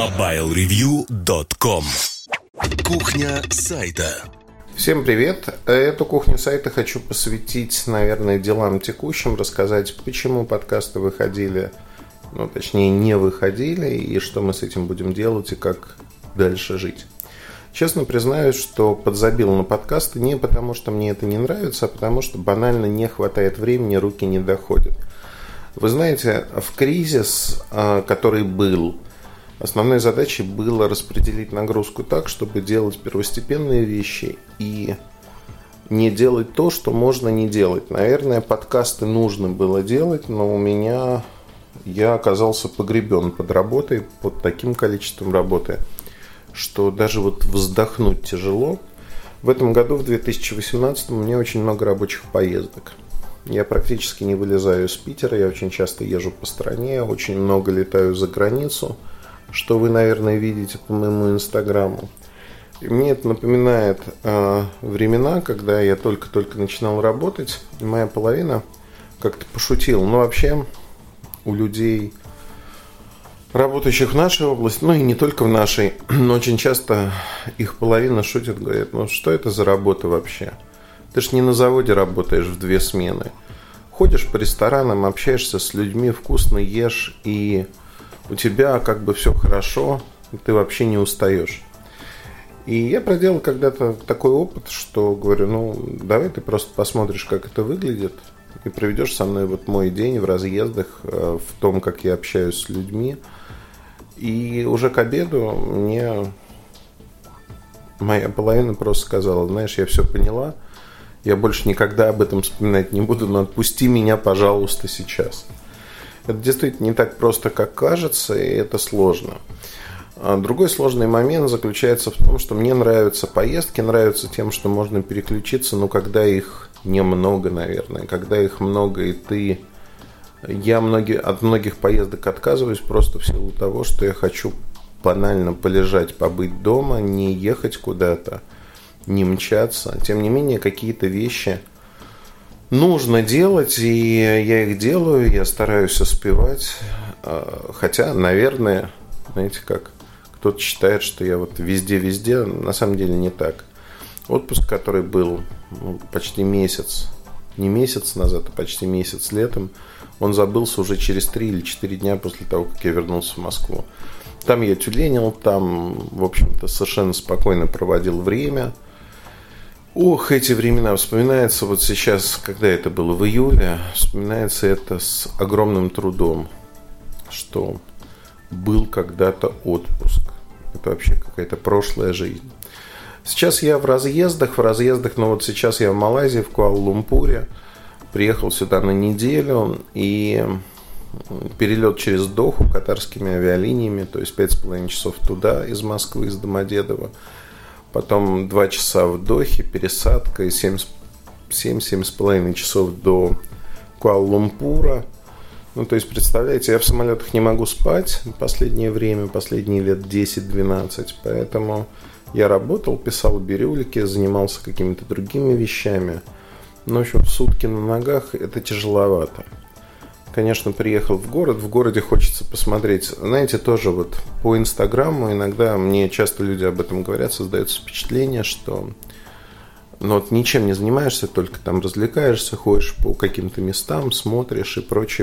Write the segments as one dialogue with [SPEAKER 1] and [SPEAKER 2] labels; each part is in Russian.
[SPEAKER 1] MobileReview.com. Кухня сайта.
[SPEAKER 2] Всем привет! Эту кухню сайта хочу посвятить, наверное, делам текущим, рассказать, почему подкасты выходили, точнее не выходили, и что мы с этим будем делать, и как дальше жить. Честно признаюсь, что подзабил на подкасты не потому, что мне это не нравится, а потому что банально не хватает времени, руки не доходят. Вы знаете, в кризис, который был, основной задачей было распределить нагрузку так, чтобы делать первостепенные вещи и не делать то, что можно не делать. Наверное, подкасты нужно было делать, но я оказался погребен под работой, под таким количеством работы, что даже вздохнуть тяжело. В этом году, в 2018, у меня очень много рабочих поездок. Я практически не вылезаю из Питера, я очень часто езжу по стране, очень много летаю за границу, что вы, наверное, видите по моему инстаграму. И мне это напоминает времена, когда я только-только начинал работать, и моя половина как-то пошутила. Вообще, у людей, работающих в нашей области, и не только в нашей, но очень часто их половина шутит, говорит, что это за работа вообще? Ты ж не на заводе работаешь в 2 смены. Ходишь по ресторанам, общаешься с людьми, вкусно ешь, и у тебя все хорошо, и ты вообще не устаешь. И я проделал когда-то такой опыт, что говорю, давай ты просто посмотришь, как это выглядит, и проведешь со мной мой день в разъездах, в том, как я общаюсь с людьми. И уже к обеду мне моя половина просто сказала, знаешь, я все поняла, я больше никогда об этом вспоминать не буду, но отпусти меня, пожалуйста, сейчас. Это действительно не так просто, как кажется, и это сложно. Другой сложный момент заключается в том, что мне нравятся поездки, нравятся тем, что можно переключиться, когда их немного, наверное, когда их много, и я от многих поездок отказываюсь просто в силу того, что я хочу банально полежать, побыть дома, не ехать куда-то, не мчаться. Тем не менее, какие-то вещи нужно делать, и я их делаю, я стараюсь успевать. Хотя, наверное, знаете как, кто-то считает, что я везде-везде, на самом деле не так. Отпуск, который был почти месяц, не месяц назад, а почти месяц летом, он забылся уже через 3 или 4 дня после того, как я вернулся в Москву. Там я тюленил, там, в общем-то, совершенно спокойно проводил время. Эти времена вспоминаются сейчас, когда это было в июле, вспоминается это с огромным трудом, что был когда-то отпуск. Это вообще какая-то прошлая жизнь. Сейчас я в разъездах, но сейчас я в Малайзии, в Куала-Лумпуре. Приехал сюда на неделю, и перелет через Доху катарскими авиалиниями, то есть 5,5 часов туда из Москвы, из Домодедово. Потом 2 часа в Дохе, пересадка, и 7,5 часов до Куала-Лумпура. То есть, представляете, я в самолетах не могу спать последнее время, последние лет 10-12, поэтому я работал, писал бирюлики, занимался какими-то другими вещами. В общем, сутки на ногах это тяжеловато. Конечно, приехал в город, в городе хочется посмотреть. Знаете, тоже по Инстаграму иногда, мне часто люди об этом говорят, создается впечатление, что ничем не занимаешься, только там развлекаешься, ходишь по каким-то местам, смотришь и прочее.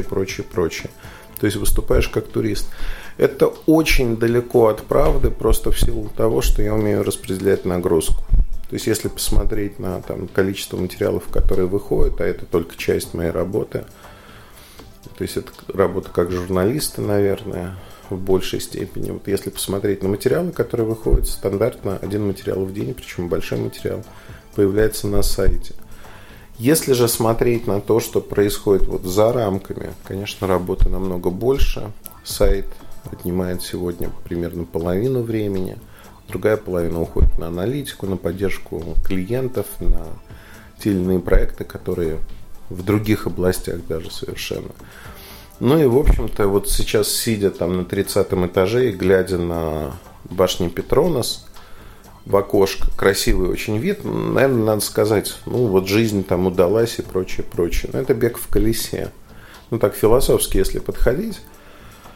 [SPEAKER 2] То есть выступаешь как турист. Это очень далеко от правды, просто в силу того, что я умею распределять нагрузку. То есть если посмотреть на количество материалов, которые выходят, а это только часть моей работы, то есть это работа как журналиста, наверное, в большей степени. Если посмотреть на материалы, которые выходят, стандартно 1 материал в день, причем большой материал, появляется на сайте. Если же смотреть на то, что происходит за рамками, конечно, работы намного больше. Сайт отнимает сегодня примерно половину времени, другая половина уходит на аналитику, на поддержку клиентов, на те или иные проекты, которые в других областях даже совершенно. И, в общем-то, сейчас, сидя на 30-м этаже и глядя на башню Петронас в окошко, красивый очень вид, наверное, надо сказать, жизнь там удалась и прочее. Но это бег в колесе. Так философски, если подходить,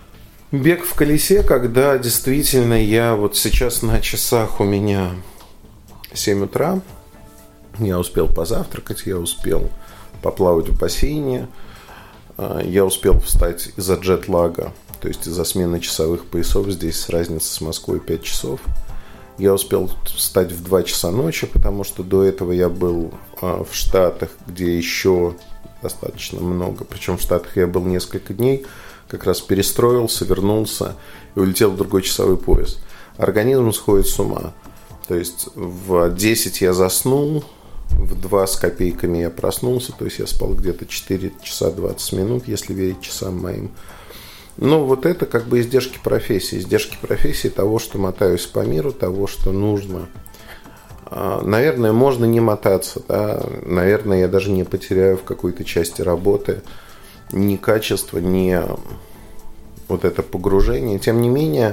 [SPEAKER 2] Бег в колесе, когда действительно я вот сейчас на часах у меня 7 утра, я успел позавтракать, я успел поплавать в бассейне, я успел встать из-за джетлага, то есть из-за смены часовых поясов, здесь разница с Москвой 5 часов. Я успел встать в 2 часа ночи, потому что до этого я был в Штатах, где еще достаточно много, причем в Штатах я был несколько дней, как раз перестроился, вернулся и улетел в другой часовой пояс. Организм сходит с ума. То есть в 10 я заснул, в 2 с копейками я проснулся, то есть я спал где-то 4 часа 20 минут, если верить часам моим. Ну, вот это как бы издержки профессии того, что мотаюсь по миру, того, что нужно. Наверное, можно не мотаться, да? Наверное, я даже не потеряю в какой-то части работы ни качество, ни вот это погружение. Тем не менее,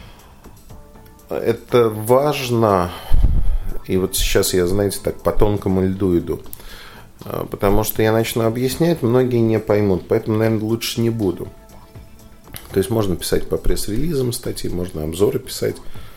[SPEAKER 2] это важно. И вот сейчас я, знаете, так по тонкому льду иду. Потому что я начну объяснять, многие не поймут. Поэтому, наверное, лучше не буду. То есть можно писать по пресс-релизам статьи, можно обзоры писать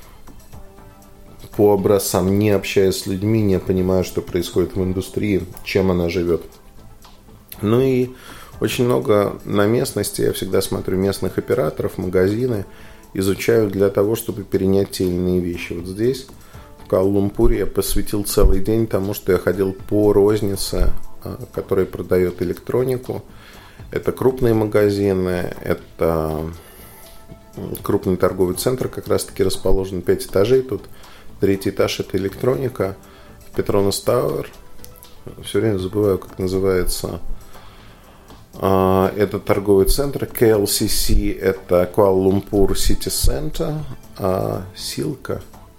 [SPEAKER 2] по образцам, не общаясь с людьми, не понимая, что происходит в индустрии, чем она живет. Ну и очень много на местности, я всегда смотрю местных операторов, магазины, изучаю для того, чтобы перенять те или иные вещи. Вот здесь, в Куала-Лумпуре, я посвятил целый день тому, что я ходил по рознице, которая продает электронику. Это крупные магазины, это крупный торговый центр, как раз таки расположен 5 этажей. Тут 3-й этаж – это электроника. В Петронас Тауэр, все время забываю, как называется этот торговый центр. KLCC – это Куала-Лумпур Сити Центр, а Силка,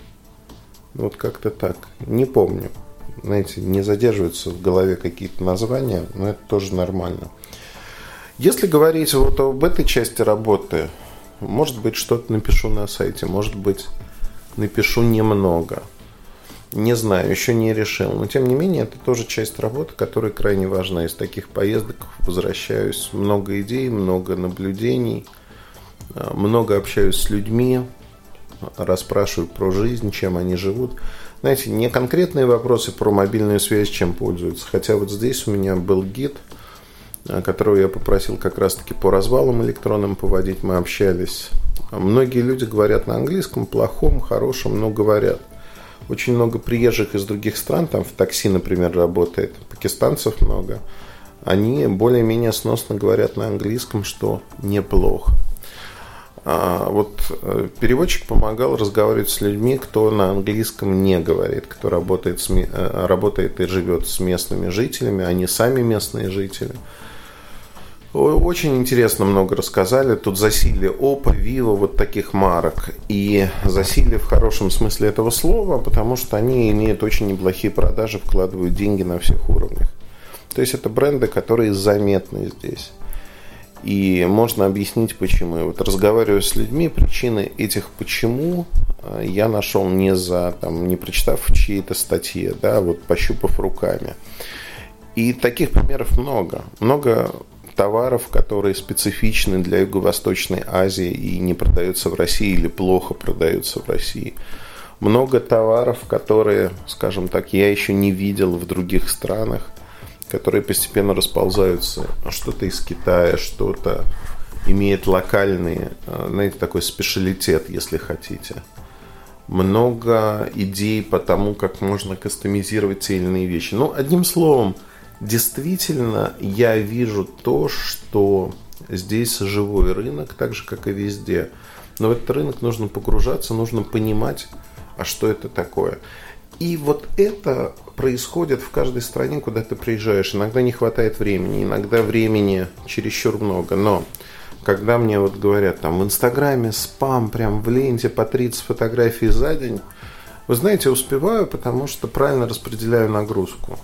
[SPEAKER 2] вот как-то так, не помню. Знаете, не задерживаются в голове какие-то названия, но это тоже нормально. Если говорить вот об этой части работы, может быть, что-то напишу на сайте, может быть, напишу немного. Не знаю, еще не решил. Но, тем не менее, это тоже часть работы, которая крайне важна. Из таких поездок возвращаюсь. Много идей, много наблюдений, много общаюсь с людьми, расспрашиваю про жизнь, чем они живут. Знаете, не конкретные вопросы про мобильную связь, чем пользуются. Хотя вот здесь у меня был гид, которого я попросил как раз-таки по развалам электронным поводить. Мы общались. Многие люди говорят на английском, плохом, хорошем, но говорят. Очень много приезжих из других стран, там в такси, например, работает, пакистанцев много. Они более-менее сносно говорят на английском, что неплохо. Вот переводчик помогал разговаривать с людьми, кто на английском не говорит, кто работает и живет с местными жителями, они сами местные жители. Очень интересно много рассказали. Тут засилие Oppo, Vivo, вот таких марок. И засилие в хорошем смысле этого слова, потому что они имеют очень неплохие продажи, вкладывают деньги на всех уровнях. То есть это бренды, которые заметны здесь. И можно объяснить почему. И вот разговаривая с людьми, причины этих почему я нашел не прочитав в чьей-то статье, да, вот пощупав руками. И таких примеров много. Много товаров, которые специфичны для Юго-Восточной Азии и не продаются в России или плохо продаются в России. Много товаров, которые, скажем так, я еще не видел в других странах, которые постепенно расползаются. Что-то из Китая, что-то имеет локальный, знаете, такой специалитет, если хотите. Много идей по тому, как можно кастомизировать те или иные вещи. Ну, одним словом, действительно, я вижу то, что здесь живой рынок, так же, как и везде. Но в этот рынок нужно погружаться, нужно понимать, а что это такое. И вот это происходит в каждой стране, куда ты приезжаешь. Иногда не хватает времени, иногда времени чересчур много. Но когда мне вот говорят, там в Инстаграме спам, прям в ленте по 30 фотографий за день, вы знаете, успеваю, потому что правильно распределяю нагрузку.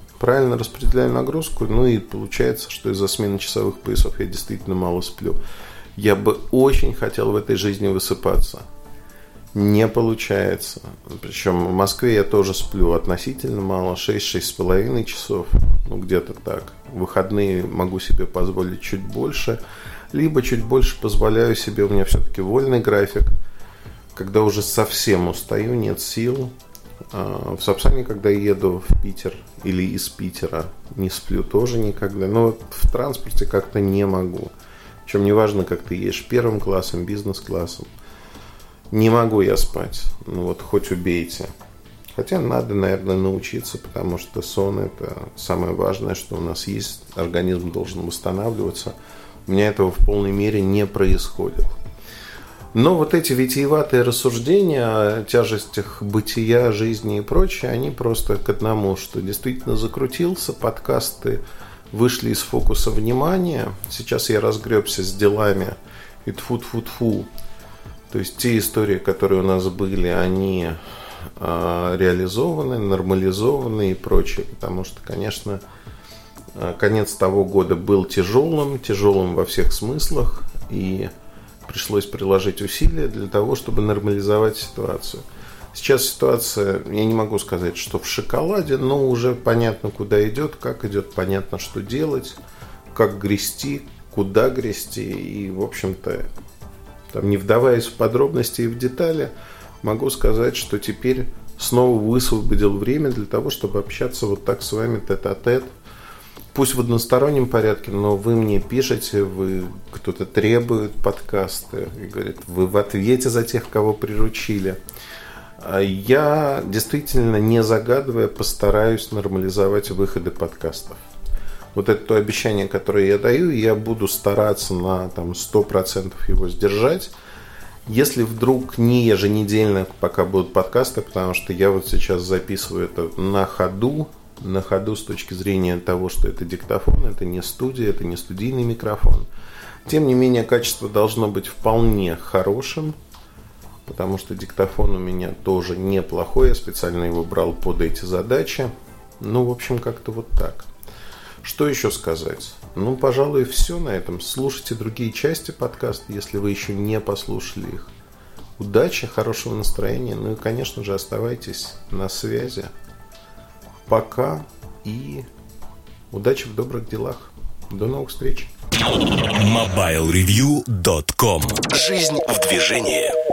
[SPEAKER 2] Ну и получается, что из-за смены часовых поясов я действительно мало сплю. Я бы очень хотел в этой жизни высыпаться. Не получается. Причем в Москве я тоже сплю относительно мало, 6-6,5 часов, ну где-то так. В выходные могу себе позволить чуть больше. либо чуть больше позволяю себе, у меня все-таки вольный график, когда уже совсем устаю, нет сил. В Сапсане, когда еду в Питер или из Питера, не сплю тоже никогда. Но вот в транспорте как-то не могу. Причем неважно, как ты едешь, первым классом, бизнес-классом. Не могу я спать. Ну вот, хоть убейте. Хотя надо, наверное, научиться, потому что сон – это самое важное, что у нас есть. Организм должен восстанавливаться. У меня этого в полной мере не происходит. Но вот эти витиеватые рассуждения о тяжестях бытия, жизни и прочее, они просто к одному, что действительно закрутился, подкасты вышли из фокуса внимания. Сейчас я разгребся с делами и тфу-тфу-тфу. То есть те истории, которые у нас были, они реализованы, нормализованы и прочее. Потому что, конечно, конец того года был тяжелым во всех смыслах. И пришлось приложить усилия для того, чтобы нормализовать ситуацию. Сейчас ситуация, я не могу сказать, что в шоколаде, но уже понятно, куда идет, как идет, понятно, что делать, как грести, куда грести. И, в общем-то, там, не вдаваясь в подробности и в детали, могу сказать, что теперь снова высвободил время для того, чтобы общаться вот так с вами тет-а-тет. Пусть в одностороннем порядке, но вы мне пишете, кто-то требует подкасты и говорит, вы в ответе за тех, кого приручили. Я действительно, не загадывая, постараюсь нормализовать выходы подкастов. Вот это то обещание, которое я даю, я буду стараться на 100% его сдержать. Если вдруг не еженедельно пока будут подкасты, потому что я вот сейчас записываю это на ходу с точки зрения того, что это диктофон, это не студия, это не студийный микрофон. Тем не менее, качество должно быть вполне хорошим, потому что диктофон у меня тоже неплохой, я специально его брал под эти задачи. В общем, как-то вот так. Что еще сказать? Пожалуй, все на этом. Слушайте другие части подкаста, если вы еще не послушали их. Удачи, хорошего настроения, и, конечно же, оставайтесь на связи. Пока и удачи в добрых делах. До новых встреч.
[SPEAKER 1] MobileReview.com. Жизнь в движении.